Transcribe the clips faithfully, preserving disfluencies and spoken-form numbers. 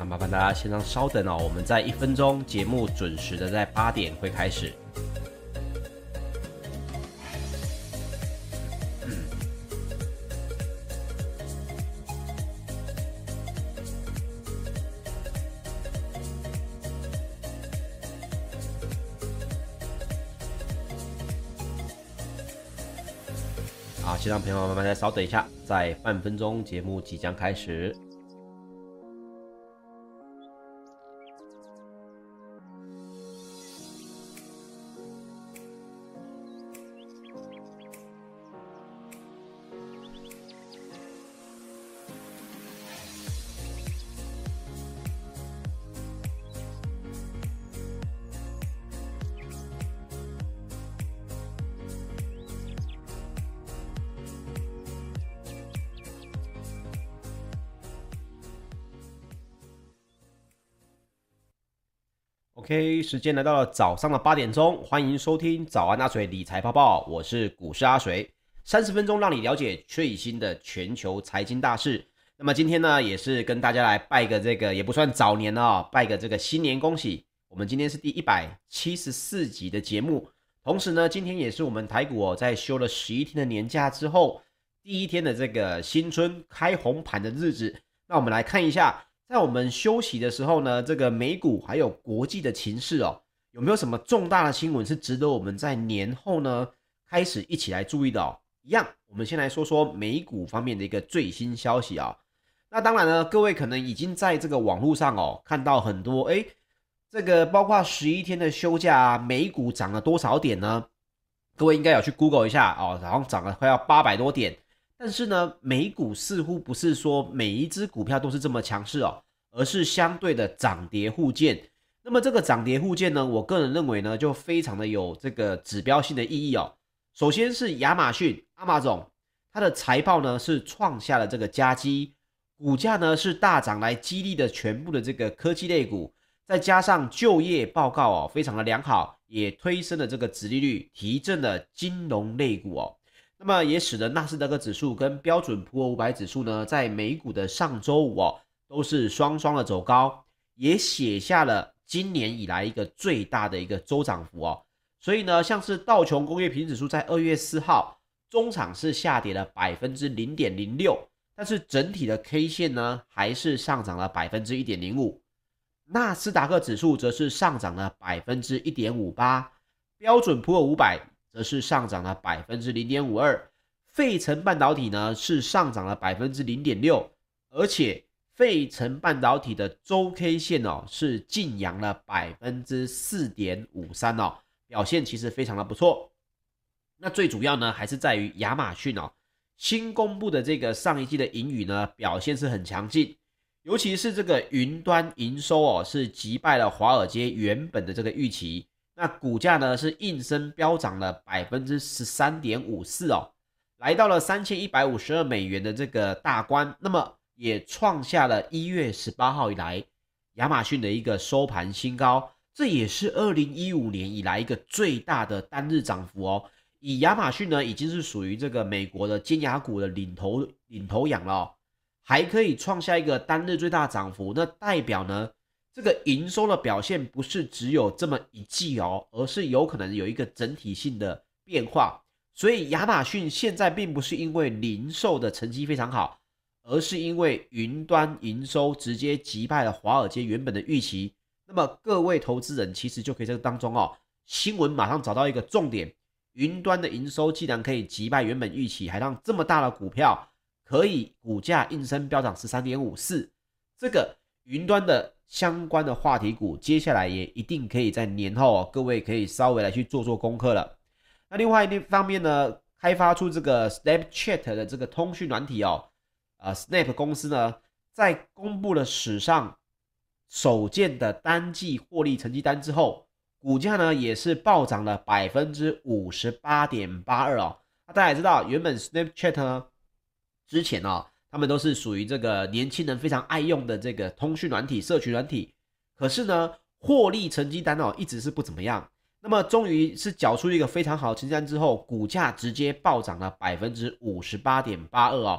麻烦大家先让稍等哦，我们在一分钟节目准时的在八点会开始。好，先让朋友们慢慢再稍等一下，在半分钟节目即将开始。OK， 时间来到了早上的八点钟，欢迎收听早安阿水理财泡泡，我是股市阿水，三十分钟让你了解最新的全球财经大事。那么今天呢，也是跟大家来拜个这个也不算早年哦，拜个这个新年恭喜。我们今天是第一百七十四集的节目，同时呢，今天也是我们台股哦，在休了十一天的年假之后，第一天的这个新春开红盘的日子。那我们来看一下。在我们休息的时候呢，这个美股还有国际的情势哦，有没有什么重大的新闻是值得我们在年后呢开始一起来注意的哦？一样，我们先来说说美股方面的一个最新消息啊、哦。那当然呢，各位可能已经在这个网络上哦看到很多，诶，这个包括十一天的休假啊，美股涨了多少点呢？各位应该有去 Google 一下哦，好像涨了快要八百多点。但是呢，美股似乎不是说每一只股票都是这么强势哦，而是相对的涨跌互见。那么这个涨跌互见呢，我个人认为呢，就非常的有这个指标性的意义哦。首先是亚马逊 Amazon， 它的财报呢是创下了这个佳绩，股价呢是大涨来激励的全部的这个科技类股，再加上就业报告哦非常的良好，也推升了这个殖利率，提振了金融类股哦。那么也使得纳斯达克指数跟标准普尔五百指数呢，在美股的上周五哦，都是双双的走高，也写下了今年以来一个最大的一个周涨幅哦。所以呢，像是道琼工业平均指数在二月四号中场是下跌了 百分之零点零六， 但是整体的 K 线呢还是上涨了 百分之一点零五， 纳斯达克指数则是上涨了 百分之一点五八， 标准普尔五百则是上涨了 百分之零点五二， 费城半导体呢是上涨了 百分之零点六， 而且费城半导体的周 K 线哦是净扬了 百分之四点五三 哦，表现其实非常的不错。那最主要呢还是在于亚马逊哦，新公布的这个上一季的盈余呢表现是很强劲，尤其是这个云端营收哦是击败了华尔街原本的这个预期。那股价呢是应声飙涨了 百分之十三点五四 哦，来到了三千一百五十二美元的这个大关，那么也创下了一月十八号以来亚马逊的一个收盘新高，这也是二零一五年以来一个最大的单日涨幅哦。以亚马逊呢已经是属于这个美国的尖牙股的领头领头羊了哦，还可以创下一个单日最大涨幅，那代表呢这个营收的表现不是只有这么一季哦，而是有可能有一个整体性的变化。所以亚马逊现在并不是因为零售的成绩非常好，而是因为云端营收直接击败了华尔街原本的预期。那么各位投资人其实就可以在这当中哦，新闻马上找到一个重点，云端的营收既然可以击败原本预期，还让这么大的股票可以股价应声飙涨 十三点五四， 这个云端的相关的话题股接下来也一定可以在年后、哦、各位可以稍微来去做做功课了。那另外一方面呢，开发出这个 Snapchat 的这个通讯软体哦，呃 Snap 公司呢在公布了史上首见的单季获利成绩单之后，股价呢也是暴涨了 百分之五十八点八二 哦。那大家也知道，原本 Snapchat 呢之前哦他们都是属于这个年轻人非常爱用的这个通讯软体、社群软体，可是呢，获利成绩单哦一直是不怎么样。那么终于是缴出一个非常好的成绩单之后，股价直接暴涨了 百分之五十八点八二 哦。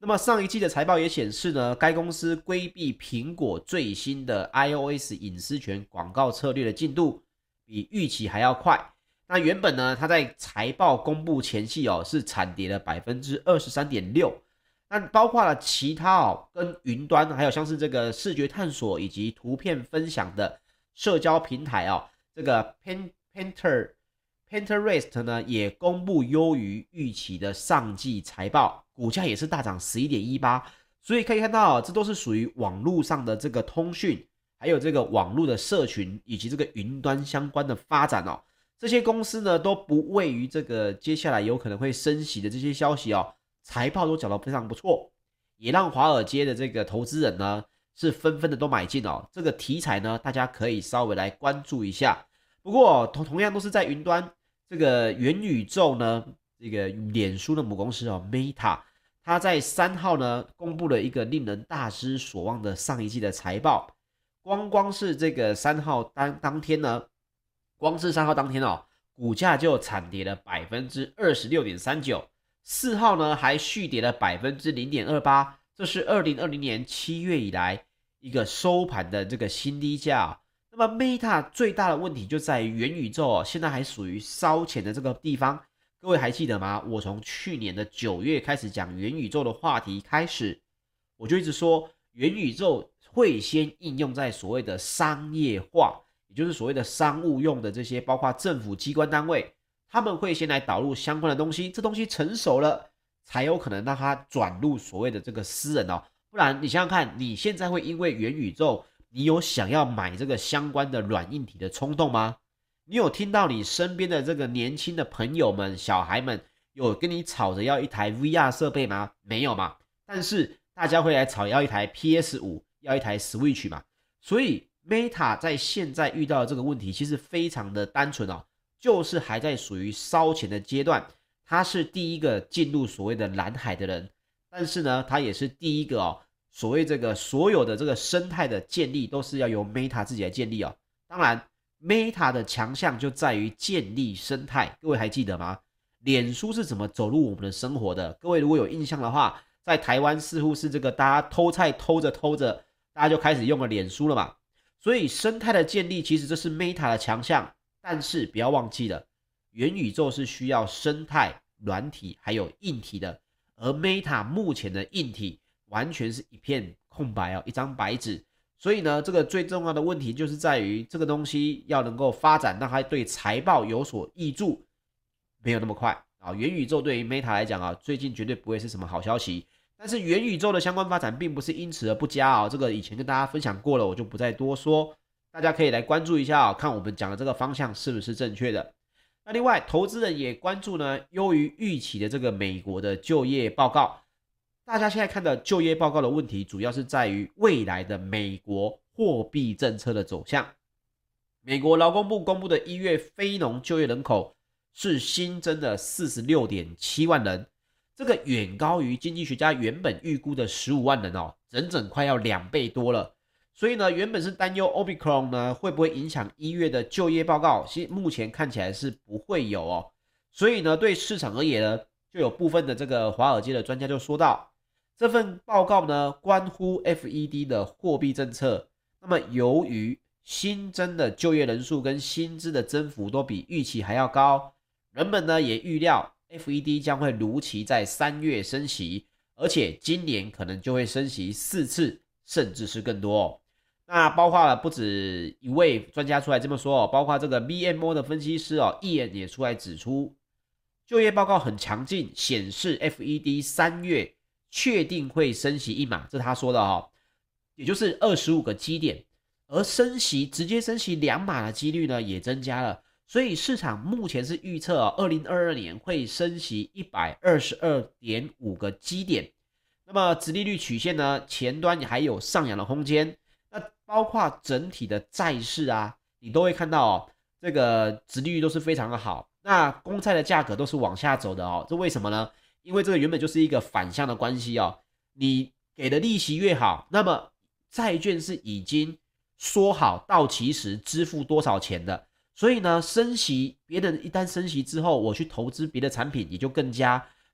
那么上一季的财报也显示呢，该公司规避苹果最新的 iOS 隐私权广告策略的进度比预期还要快。那原本呢，它在财报公布前夕哦，是惨跌了 百分之二十三点六。那包括了其他哦，跟云端还有像是这个视觉探索以及图片分享的社交平台哦，这个 Pinterest Pinterest 呢也公布优于预期的上季财报，股价也是大涨 百分之十一点一八。所以可以看到、哦、这都是属于网络上的这个通讯，还有这个网络的社群以及这个云端相关的发展哦。这些公司呢都不位于这个接下来有可能会升息的这些消息哦，财报都讲得非常不错，也让华尔街的这个投资人呢是纷纷的都买进哦。这个题材呢，大家可以稍微来关注一下。不过同同样都是在云端，这个元宇宙呢，这个脸书的母公司哦 Meta， 它在三号呢公布了一个令人大失所望的上一季的财报。光光是这个三号当当天呢，光是三号当天哦，股价就惨跌了 百分之二十六点三九。四号呢还续跌了 百分之零点二八， 这是二零二零年七月以来一个收盘的这个新低价、哦。那么 Meta 最大的问题就在于元宇宙、哦、现在还属于烧钱的这个地方。各位还记得吗？我从去年的九月开始讲元宇宙的话题开始，我就一直说元宇宙会先应用在所谓的商业化，也就是所谓的商务用的这些，包括政府机关单位，他们会先来导入相关的东西，这东西成熟了，才有可能让它转入所谓的这个私人哦。不然你想想看，你现在会因为元宇宙，你有想要买这个相关的软硬体的冲动吗？你有听到你身边的这个年轻的朋友们、小孩们有跟你吵着要一台 V R 设备吗？没有嘛。但是大家会来吵要一台 P S 五， 要一台 Switch 嘛。所以 Meta 在现在遇到的这个问题其实非常的单纯哦，就是还在属于烧钱的阶段。他是第一个进入所谓的蓝海的人，但是呢，他也是第一个哦，所谓这个所有的这个生态的建立都是要由 Meta 自己来建立哦。当然 Meta 的强项就在于建立生态，各位还记得吗？脸书是怎么走入我们的生活的？各位如果有印象的话，在台湾似乎是这个大家偷菜偷着偷着，大家就开始用了脸书了嘛。所以生态的建立其实这是 Meta 的强项，但是不要忘记了，元宇宙是需要生态、软体还有硬体的，而 Meta 目前的硬体完全是一片空白哦，一张白纸。所以呢，这个最重要的问题就是在于这个东西要能够发展，让它对财报有所挹注，没有那么快啊。元宇宙对于 Meta 来讲啊，最近绝对不会是什么好消息。但是元宇宙的相关发展并不是因此而不佳啊，这个以前跟大家分享过了，我就不再多说。大家可以来关注一下啊，看我们讲的这个方向是不是正确的。那另外，投资人也关注呢，优于预期的这个美国的就业报告。大家现在看的就业报告的问题，主要是在于未来的美国货币政策的走向。美国劳工部公布的一月非农就业人口是新增的 四十六点七万人，这个远高于经济学家原本预估的十五万人哦，整整快要两倍多了。所以呢，原本是担忧 Omicron 呢会不会影响一月的就业报告，其实目前看起来是不会有哦。所以呢，对市场而言呢，就有部分的这个华尔街的专家就说到，这份报告呢关乎 F E D 的货币政策。那么由于新增的就业人数跟薪资的增幅都比预期还要高，人们呢也预料 F E D 将会如期在三月升息，而且今年可能就会升息四次，甚至是更多哦。那包括了不止一位专家出来这么说哦，包括这个 B M O 的分析师哦，一眼也出来指出，就业报告很强劲，显示 F E D 三月确定会升息一码，这是他说的哦，也就是二十五个基点，而升息直接升息两码的几率呢也增加了，所以市场目前是预测哦，二零二二年会升息 一百二十二点五个基点。那么殖利率曲线呢，前端还有上扬的空间，那包括整体的债市啊，你都会看到哦，这个殖利率都是非常的好，那公债的价格都是往下走的哦，这为什么呢？因为这个原本就是一个反向的关系哦，你给的利息越好，那么债券是已经说好到期时支付多少钱的，所以呢，升息，别人一旦升息之后，我去投资别的产品也就更加，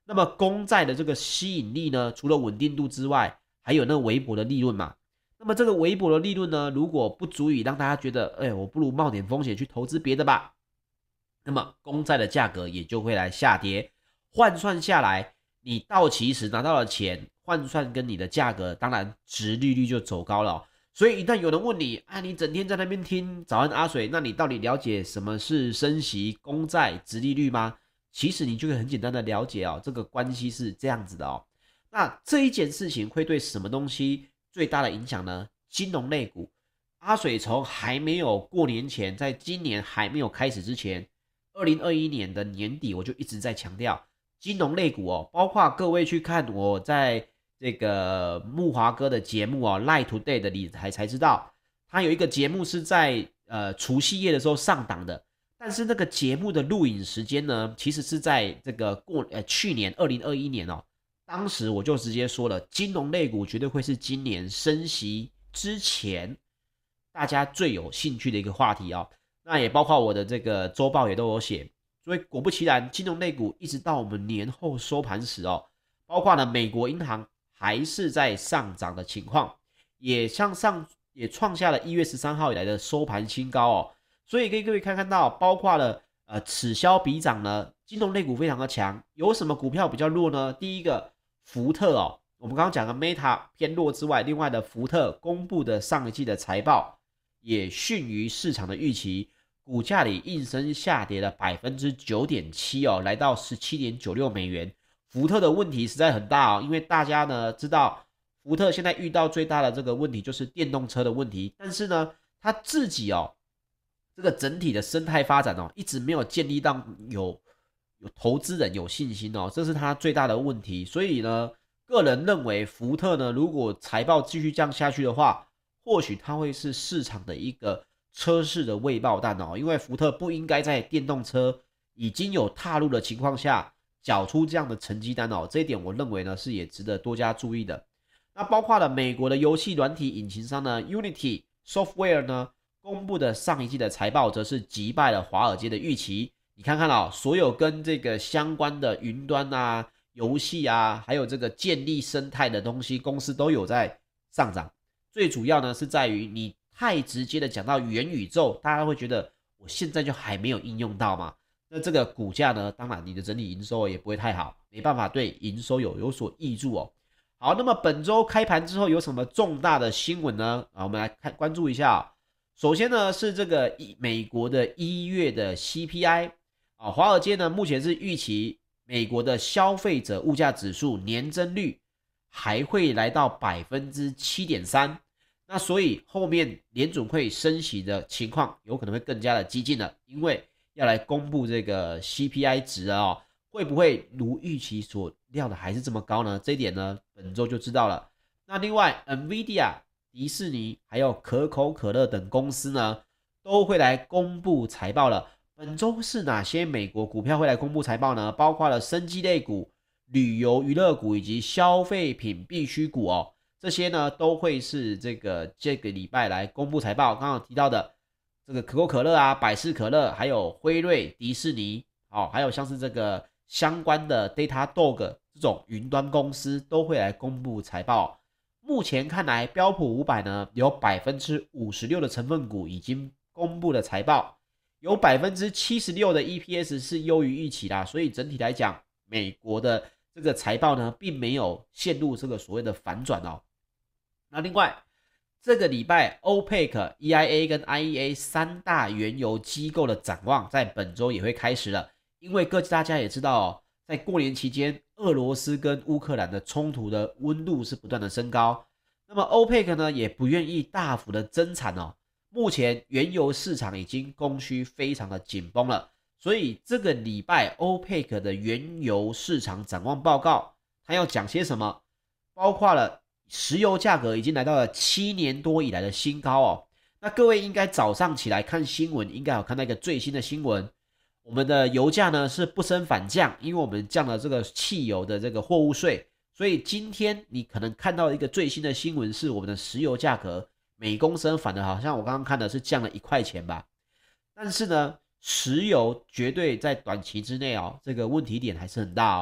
那么公债的这个吸引力呢，除了稳定度之外，还有那微薄的利润嘛。那么这个微薄的利润呢，如果不足以让大家觉得，哎，我不如冒点风险去投资别的吧，那么公债的价格也就会来下跌。换算下来，你到期时拿到的钱，换算跟你的价格，当然殖利率就走高了哦。所以一旦有人问你，啊，你整天在那边听早安阿水，那你到底了解什么是升息、公债、殖利率吗？其实你就会很简单的了解哦，这个关系是这样子的哦。那这一件事情会对什么东西最大的影响呢？金融类股。阿水从还没有过年前，在今年还没有开始之前，二零二一年的年底我就一直在强调金融类股哦，包括各位去看我在这个木华哥的节目哦 ，Lie Today 的理财才知道，他有一个节目是在呃除夕夜的时候上档的，但是那个节目的录影时间呢，其实是在这个过呃去年二零二一年哦，当时我就直接说了，金融类股绝对会是今年升息之前大家最有兴趣的一个话题哦。那也包括我的这个周报也都有写，所以果不其然，金融类股一直到我们年后收盘时哦，包括呢美国银行还是在上涨的情况，也向上也创下了一月十三号以来的收盘新高哦。所以可以各位看看到，包括了呃此消彼长呢，金融类股非常的强。有什么股票比较弱呢？第一个福特哦，我们刚刚讲的 Meta 偏弱之外，另外的福特公布的上一季的财报也逊于市场的预期，股价里应声下跌了 百分之九点七 哦，来到 十七点九六美元。福特的问题实在很大哦，因为大家呢知道福特现在遇到最大的这个问题就是电动车的问题，但是呢他自己哦这个整体的生态发展哦一直没有建立到有有投资人有信心哦，这是他最大的问题。所以呢个人认为福特呢如果财报继续这样下去的话，或许它会是市场的一个车市的未爆弹哦，因为福特不应该在电动车已经有踏入的情况下缴出这样的成绩单哦，这一点我认为呢是也值得多加注意的。那包括了美国的游戏软体引擎商呢 Unity Software 呢公布的上一季的财报则是击败了华尔街的预期。你看看哦，所有跟这个相关的云端啊、游戏啊，还有这个建立生态的东西，公司都有在上涨。最主要呢是在于你太直接的讲到元宇宙，大家会觉得我现在就还没有应用到嘛，那这个股价呢，当然你的整体营收也不会太好，没办法对营收有有所挹注哦。好，那么本周开盘之后有什么重大的新闻呢？啊，我们来看关注一下哦。首先呢是这个美国的一月的 C P I 啊，华尔街呢目前是预期美国的消费者物价指数年增率还会来到 百分之七点三， 那所以后面联准会升息的情况有可能会更加的激进了，因为要来公布这个 C P I 值哦，会不会如预期所料的还是这么高呢？这一点呢本周就知道了。那另外 Nvidia、迪士尼还有可口可乐等公司呢都会来公布财报了。本周是哪些美国股票会来公布财报呢？包括了生技类股、旅游娱乐股以及消费品必需股哦，这些呢都会是这个这个礼拜来公布财报。刚刚提到的这个可口可乐啊、百事可乐，还有辉瑞、迪士尼，哦，还有像是这个相关的 Datadog 这种云端公司都会来公布财报。目前看来，标普五百呢有 百分之五十六 的成分股已经公布了财报，有 百分之七十六 的 E P S 是优于预期啦，所以整体来讲，美国的这个财报呢并没有陷入这个所谓的反转哦。那另外这个礼拜 OPEC、E I A 跟 I E A 三大原油机构的展望在本周也会开始了，因为各大家也知道哦，在过年期间俄罗斯跟乌克兰的冲突的温度是不断的升高，那么 OPEC 呢也不愿意大幅的增产哦，目前原油市场已经供需非常的紧绷了，所以这个礼拜 OPEC 的原油市场展望报告它要讲些什么，包括了石油价格已经来到了七年多以来的新高哦。那各位应该早上起来看新闻，应该有看到一个最新的新闻，我们的油价呢是不升反降，因为我们降了这个汽油的这个货物税，所以今天你可能看到一个最新的新闻是我们的石油价格每公升反而好像我刚刚看的是降了一块钱吧，但是呢石油绝对在短期之内哦，这个问题点还是很大哦。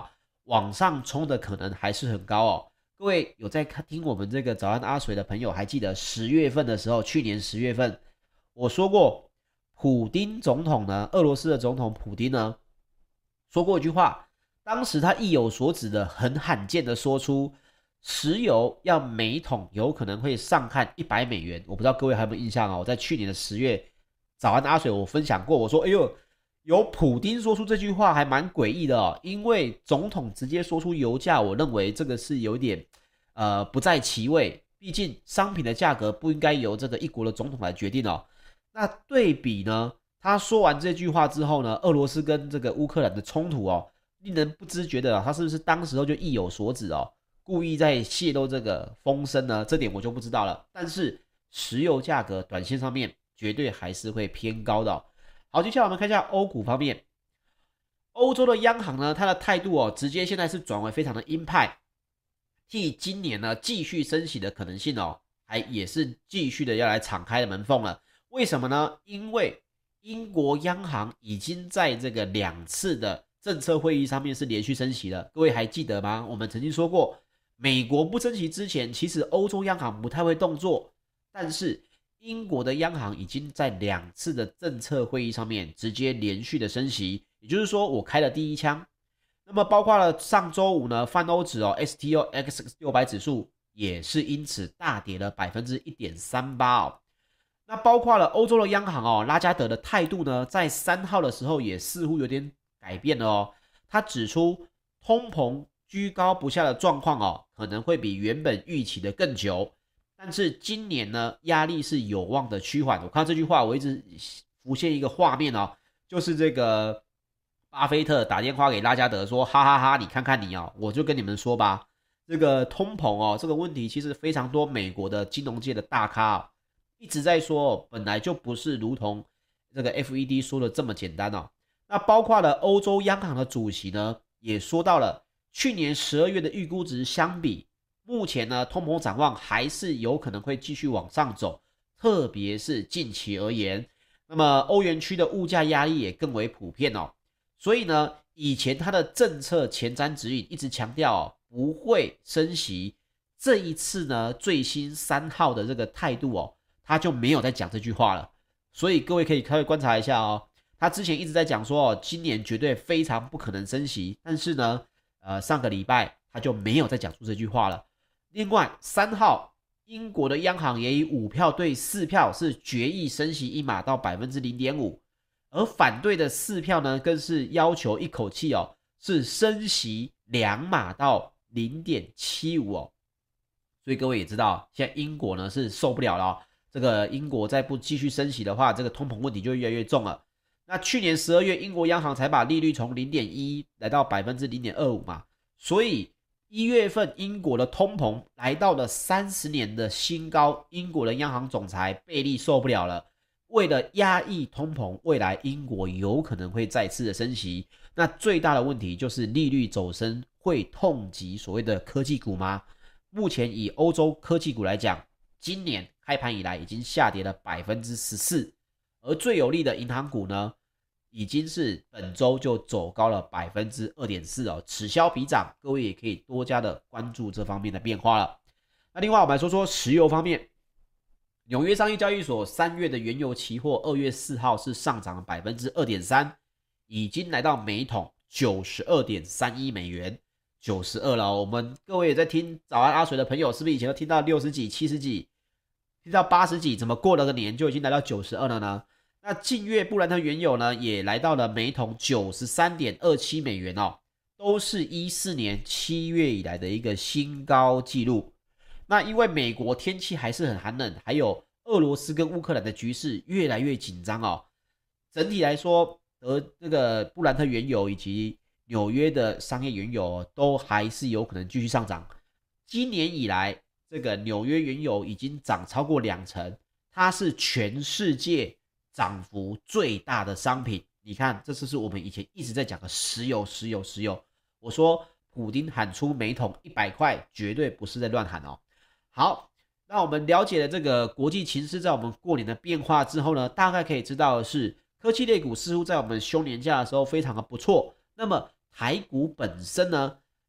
往上冲的可能还是很高哦。各位有在看听我们这个早安阿水的朋友，还记得十月份的时候，去年十月份我说过，普丁总统呢，俄罗斯的总统普丁呢，说过一句话，当时他意有所指的，很罕见的说出，石油要每桶有可能会上看一百美元。我不知道各位还有没有印象哦？我在去年的十月，早安阿水我分享过，我说，哎呦，有普丁说出这句话还蛮诡异的哦，因为总统直接说出油价，我认为这个是有点呃不在其位，毕竟商品的价格不应该由这个一国的总统来决定哦。那对比呢，他说完这句话之后呢，俄罗斯跟这个乌克兰的冲突哦，令人不知觉得、啊、他是不是当时候就意有所指哦，故意在泄露这个风声呢？这点我就不知道了。但是石油价格短线上面绝对还是会偏高的、哦。好，接下来我们看一下欧股方面，欧洲的央行呢，它的态度哦，直接现在是转为非常的鹰派，替今年呢继续升息的可能性哦，还也是继续的要来敞开的门缝了。为什么呢？因为英国央行已经在这个两次的政策会议上面是连续升息了。各位还记得吗？我们曾经说过，美国不升息之前，其实欧洲央行不太会动作，但是英国的央行已经在两次的政策会议上面直接连续的升息，也就是说我开了第一枪。那么包括了上周五呢，泛欧指哦 S T O X 六百 指数也是因此大跌了 百分之一点三八 哦。那包括了欧洲的央行哦，拉加德的态度呢，在三号的时候也似乎有点改变了哦。他指出，通膨居高不下的状况哦，可能会比原本预期的更久。但是今年呢，压力是有望的趋缓。我看到这句话，我一直浮现一个画面哦，就是这个巴菲特打电话给拉加德说：“哈哈哈，你看看你哦，我就跟你们说吧，这个通膨哦，这个问题其实非常多美国的金融界的大咖、哦。”一直在说，本来就不是如同这个 F E D 说的这么简单哦。那包括了欧洲央行的主席呢，也说到了去年十二月的预估值相比，目前呢通膨展望还是有可能会继续往上走，特别是近期而言。那么欧元区的物价压力也更为普遍哦。所以呢，以前他的政策前瞻指引一直强调哦，不会升息。这一次呢，最新三号的这个态度哦。他就没有再讲这句话了，所以各位可以可以观察一下哦。他之前一直在讲说哦，今年绝对非常不可能升息，但是呢，呃，上个礼拜他就没有再讲出这句话了。另外，三号英国的央行也以五票对四票是决议升息一码到 百分之零点五， 而反对的四票呢，更是要求一口气哦，是升息两码到 零点七五 哦。所以各位也知道，现在英国呢是受不了了哦。这个英国再不继续升息的话，这个通膨问题就越来越重了。那去年十二月，英国央行才把利率从 零点一 来到 百分之零点二五 嘛，所以一月份英国的通膨来到了三十年的新高，英国的央行总裁贝利受不了了，为了压抑通膨，未来英国有可能会再次的升息。那最大的问题就是利率走升会痛击所谓的科技股吗？目前以欧洲科技股来讲，今年开盘以来已经下跌了 百分之十四， 而最有利的银行股呢，已经是本周就走高了 百分之二点四 哦，此消彼长，各位也可以多加的关注这方面的变化了。那另外我们来说说石油方面，纽约商业交易所三月的原油期货二月四号是上涨了 百分之二点三， 已经来到每桶 九十二点三一美元，九十二了、哦。我们各位也在听早安阿水的朋友，是不是以前都听到六十几、七十几，听到八十几，怎么过了个年就已经来到九十二了呢？那近月布兰特原油呢，也来到了每桶 九十三点二七美元哦，都是十四年七月以来的一个新高纪录。那因为美国天气还是很寒冷，还有俄罗斯跟乌克兰的局势越来越紧张哦。整体来说，呃，这个布兰特原油以及纽约的商业原油都还是有可能继续上涨。今年以来，这个纽约原油已经涨超过两成，它是全世界涨幅最大的商品。你看，这就是我们以前一直在讲的石油，石油，石油。我说，普丁喊出每桶一百块，绝对不是在乱喊哦。好，那我们了解了这个国际情势在我们过年的变化之后呢，大概可以知道的是，科技类股似乎在我们休年假的时候非常的不错。那么台股本身呢，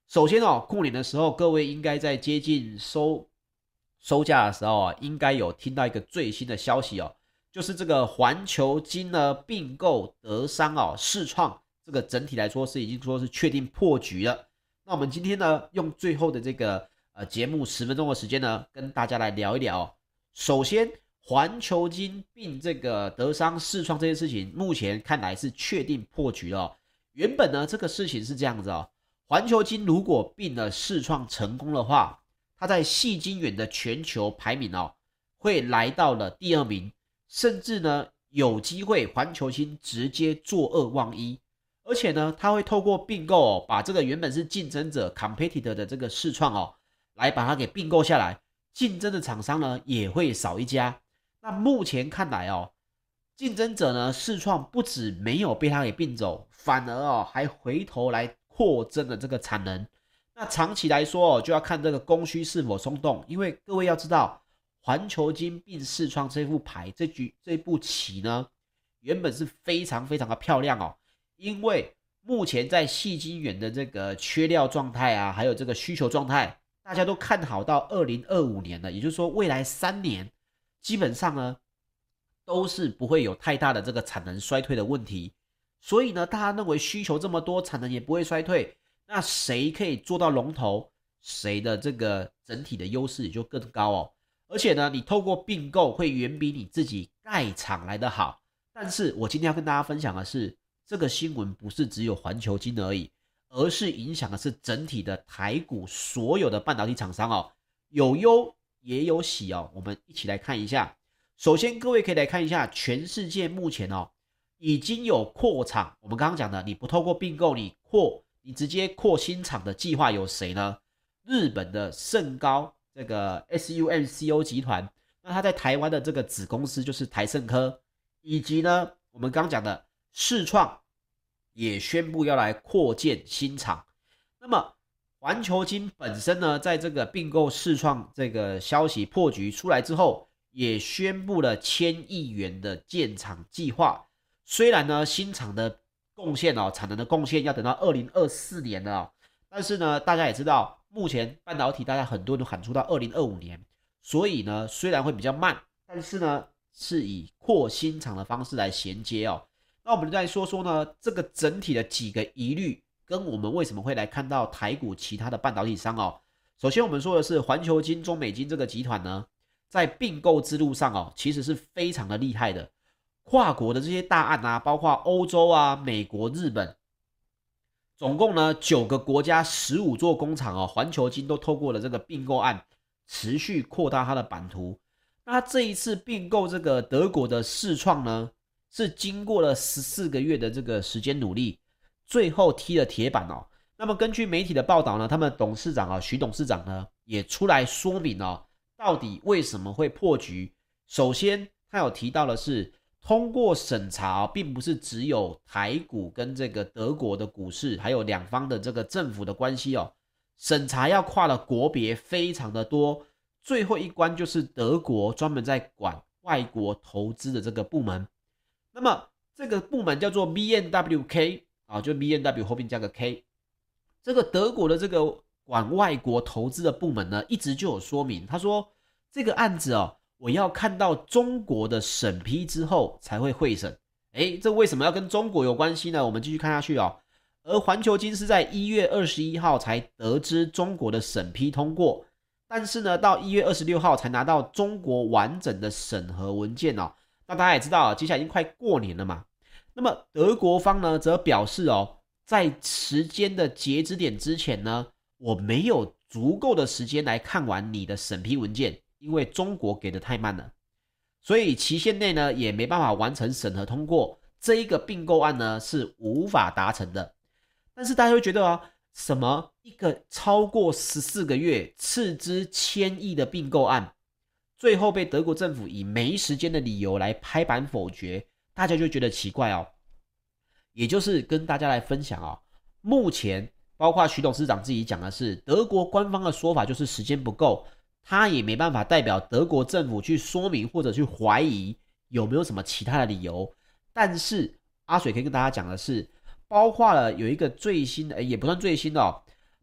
首先哦，过年的时候，各位应该在接近收收假的时候啊，应该有听到一个最新的消息哦，就是这个环球金呢并购德商哦，世创这个整体来说是已经说是确定破局了。那我们今天呢，用最后的这个呃节目十分钟的时间呢，跟大家来聊一聊哦。首先，环球金并这个德商世创这件事情，目前看来是确定破局了哦。原本呢，这个事情是这样子哦，环球金如果并了世创成功的话，它在矽晶圆的全球排名哦，会来到了第二名，甚至呢有机会环球金直接坐二望一。而且呢，它会透过并购哦，把这个原本是竞争者 competitor 的这个世创哦，来把它给并购下来，竞争的厂商呢也会少一家。那目前看来哦，竞争者呢世创不止没有被它给并走，反而哦还回头来扩增了这个产能。那长期来说哦，就要看这个供需是否松动，因为各位要知道，环球金并世创这副牌，这局这步棋呢，原本是非常非常的漂亮哦。因为目前在矽晶圆的这个缺料状态啊，还有这个需求状态，大家都看好到二零二五年了，也就是说未来三年基本上呢都是不会有太大的这个产能衰退的问题。所以呢，大家认为需求这么多，产能也不会衰退，那谁可以做到龙头，谁的这个整体的优势也就更高哦。而且呢，你透过并购会远比你自己盖厂来的好。但是我今天要跟大家分享的是，这个新闻不是只有环球金而已，而是影响的是整体的台股所有的半导体厂商哦，有忧也有喜哦。我们一起来看一下。首先，各位可以来看一下，全世界目前哦已经有扩厂，我们刚刚讲的，你不透过并购，你扩，你直接扩新厂的计划有谁呢？日本的盛高这个 S U M C O 集团，那它在台湾的这个子公司就是台盛科，以及呢我们刚刚讲的世创也宣布要来扩建新厂。那么环球金本身呢，在这个并购世创这个消息破局出来之后，也宣布了千亿元的建厂计划。虽然呢新厂的贡献哦，产能的贡献要等到二零二四年了哦，但是呢大家也知道，目前半导体大家很多人都喊出到二零二五年，所以呢虽然会比较慢，但是呢是以扩新厂的方式来衔接哦。那我们再说说呢，这个整体的几个疑虑，跟我们为什么会来看到台股其他的半导体商哦。首先我们说的是环球金、中美金这个集团呢，在并购之路上哦，其实是非常的厉害的。跨国的这些大案啊，包括欧洲啊、美国、日本，总共呢九个国家十五座工厂哦，环球金都透过了这个并购案，持续扩大它的版图。那这一次并购这个德国的世创呢，是经过了十四个月的这个时间努力，最后踢了铁板哦。那么根据媒体的报道呢，他们董事长啊，徐董事长呢也出来说明哦，到底为什么会破局。首先，他有提到的是，通过审查哦，并不是只有台股跟这个德国的股市，还有两方的这个政府的关系哦，审查要跨了国别非常的多。最后一关就是德国专门在管外国投资的这个部门。那么这个部门叫做 B N W K 啊，就 B N W 后面加个 K。这个德国的这个管外国投资的部门呢，一直就有说明，他说这个案子哦，我要看到中国的审批之后才会会审。诶，这为什么要跟中国有关系呢？我们继续看下去哦。而环球金是在一月二十一号才得知中国的审批通过，但是呢，到一月二十六号才拿到中国完整的审核文件哦。那大家也知道，接下来已经快过年了嘛。那么德国方呢，则表示哦，在时间的截止点之前呢，我没有足够的时间来看完你的审批文件，因为中国给的太慢了，所以期限内呢也没办法完成审核通过，这一个并购案呢是无法达成的。但是大家会觉得啊，什么一个超过十四个月斥资千亿的并购案，最后被德国政府以没时间的理由来拍板否决，大家就觉得奇怪哦。也就是跟大家来分享哦，目前包括徐董事长自己讲的是，德国官方的说法就是时间不够，他也没办法代表德国政府去说明或者去怀疑有没有什么其他的理由。但是阿水可以跟大家讲的是，包括了有一个最新的，也不算最新的哦，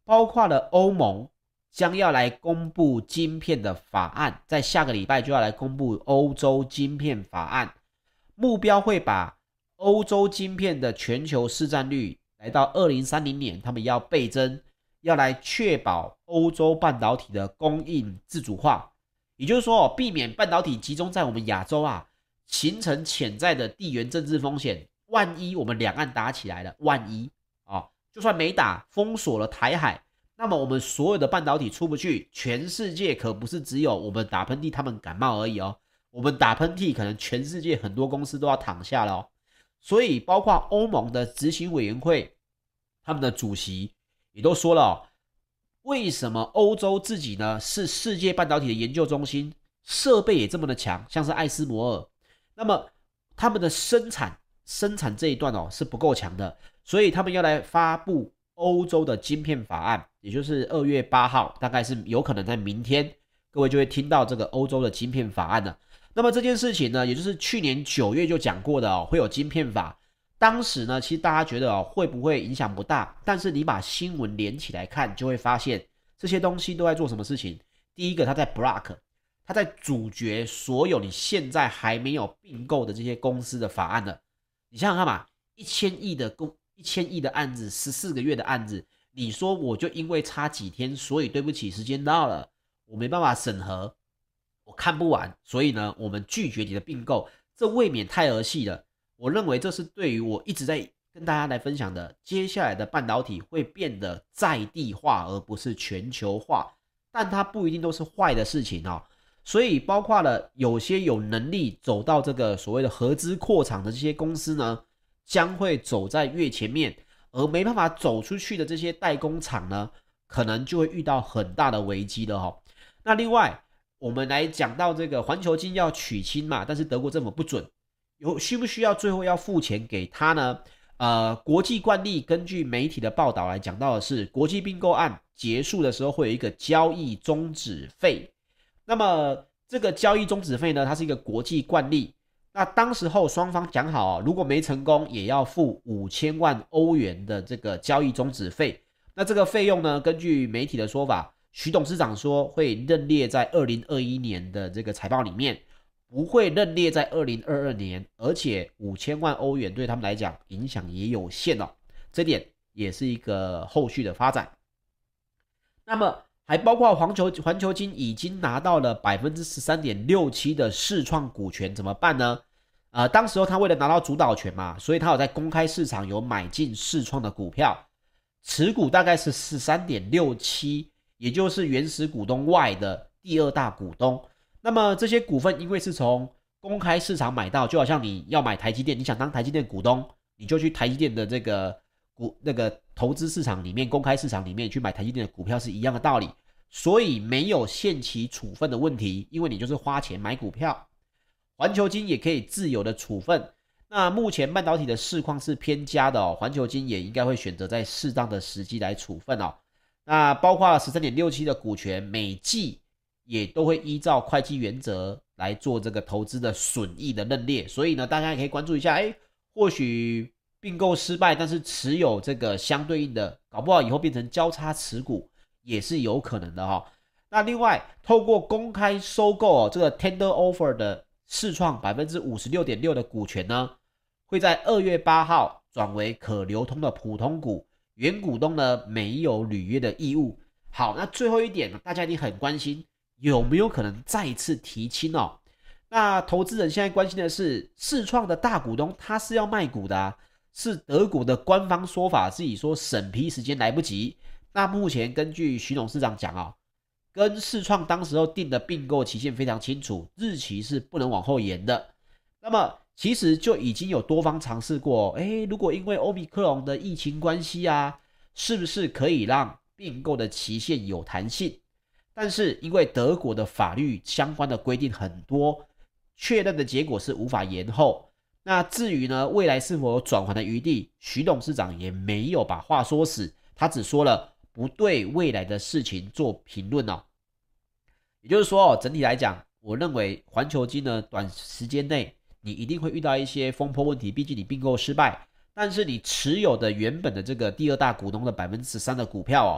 包括了欧盟将要来公布晶片的法案，在下个礼拜就要来公布欧洲晶片法案，目标会把欧洲晶片的全球市占率来到二零三零年，他们要倍增，要来确保欧洲半导体的供应自主化，也就是说，避免半导体集中在我们亚洲啊，形成潜在的地缘政治风险。万一我们两岸打起来了，万一啊，就算没打，封锁了台海，那么我们所有的半导体出不去，全世界可不是只有我们打喷嚏，他们感冒而已哦。我们打喷嚏，可能全世界很多公司都要躺下了哦。所以，包括欧盟的执行委员会，他们的主席也都说了哦，为什么欧洲自己呢是世界半导体的研究中心，设备也这么的强，像是艾斯摩尔，那么他们的生产生产这一段哦是不够强的，所以他们要来发布欧洲的晶片法案，也就是二月八号，大概是有可能在明天，各位就会听到这个欧洲的晶片法案了。那么这件事情呢，也就是去年九月就讲过的哦，会有晶片法。当时呢，其实大家觉得哦，会不会影响不大？但是你把新闻连起来看，就会发现这些东西都在做什么事情。第一个，它在 block， 它在阻绝所有你现在还没有并购的这些公司的法案的。你想想看嘛，一千亿的公一千亿的案子，十四个月的案子，你说我就因为差几天，所以对不起，时间到了，我没办法审核。我看不完，所以呢，我们拒绝你的并购，这未免太儿戏了。我认为这是对于我一直在跟大家来分享的，接下来的半导体会变得在地化，而不是全球化，但它不一定都是坏的事情哦。所以包括了有些有能力走到这个所谓的合资扩厂的这些公司呢，将会走在越前面，而没办法走出去的这些代工厂呢，可能就会遇到很大的危机了哦。那另外，我们来讲到这个环球晶要取清嘛，但是德国政府不准，有需不需要最后要付钱给他呢？呃，国际惯例根据媒体的报道来讲到的是，国际并购案结束的时候会有一个交易终止费。那么这个交易终止费呢，它是一个国际惯例。那当时候双方讲好，如果没成功，也要付五千万欧元的这个交易终止费。那这个费用呢，根据媒体的说法，徐董事长说会认列在二零二一年的这个财报里面，不会认列在二零二二年，而且五千万欧元对他们来讲影响也有限哦，这点也是一个后续的发展。那么还包括环球环球晶已经拿到了 百分之十三点六七 的世创股权，怎么办呢？呃，当时候他为了拿到主导权嘛，所以他有在公开市场有买进世创的股票，持股大概是 十三点六七，也就是原始股东外的第二大股东。那么这些股份因为是从公开市场买到，就好像你要买台积电，你想当台积电股东，你就去台积电的这个股那个投资市场里面，公开市场里面去买台积电的股票是一样的道理，所以没有限期处分的问题，因为你就是花钱买股票。环球晶也可以自由的处分。那目前半导体的市况是偏佳的哦，环球晶也应该会选择在适当的时机来处分哦。那包括 十三点六七 的股权，每季也都会依照会计原则来做这个投资的损益的认列，所以呢，大家也可以关注一下，哎，或许并购失败，但是持有这个相对应的，搞不好以后变成交叉持股也是有可能的哈、哦。那另外，透过公开收购、哦、这个 tender offer 的世创 百分之五十六点六 的股权呢，会在二月八号转为可流通的普通股，原股东呢没有履约的义务。好，那最后一点，大家一定很关心，有没有可能再次提亲哦？那投资人现在关心的是，世创的大股东他是要卖股的啊，是德国的官方说法，自己说审批时间来不及。那目前根据徐董事长讲哦，跟世创当时候定的并购期限非常清楚，日期是不能往后延的。那么其实就已经有多方尝试过，诶，如果因为欧米克戎的疫情关系啊，是不是可以让并购的期限有弹性？但是因为德国的法律相关的规定很多，确认的结果是无法延后。那至于呢，未来是否有转圜的余地，徐董事长也没有把话说死，他只说了不对未来的事情做评论哦。也就是说，整体来讲，我认为环球晶呢，短时间内你一定会遇到一些风波问题，毕竟你并购失败，但是你持有的原本的这个第二大股东的 百分之十三 的股票哦，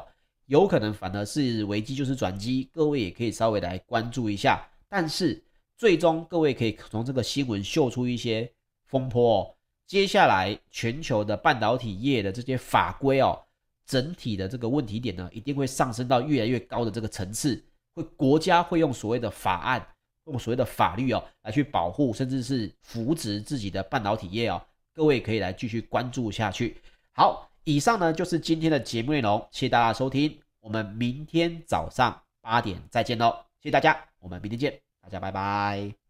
有可能反而是危机就是转机，各位也可以稍微来关注一下。但是最终各位可以从这个新闻嗅出一些风波哦。接下来全球的半导体业的这些法规哦，整体的这个问题点呢，一定会上升到越来越高的这个层次，会国家会用所谓的法案，用所谓的法律哦，来去保护甚至是扶植自己的半导体业哦。各位可以来继续关注下去。好，以上呢就是今天的节目内容，谢谢大家收听，我们明天早上八点再见喽，谢谢大家，我们明天见，大家拜拜。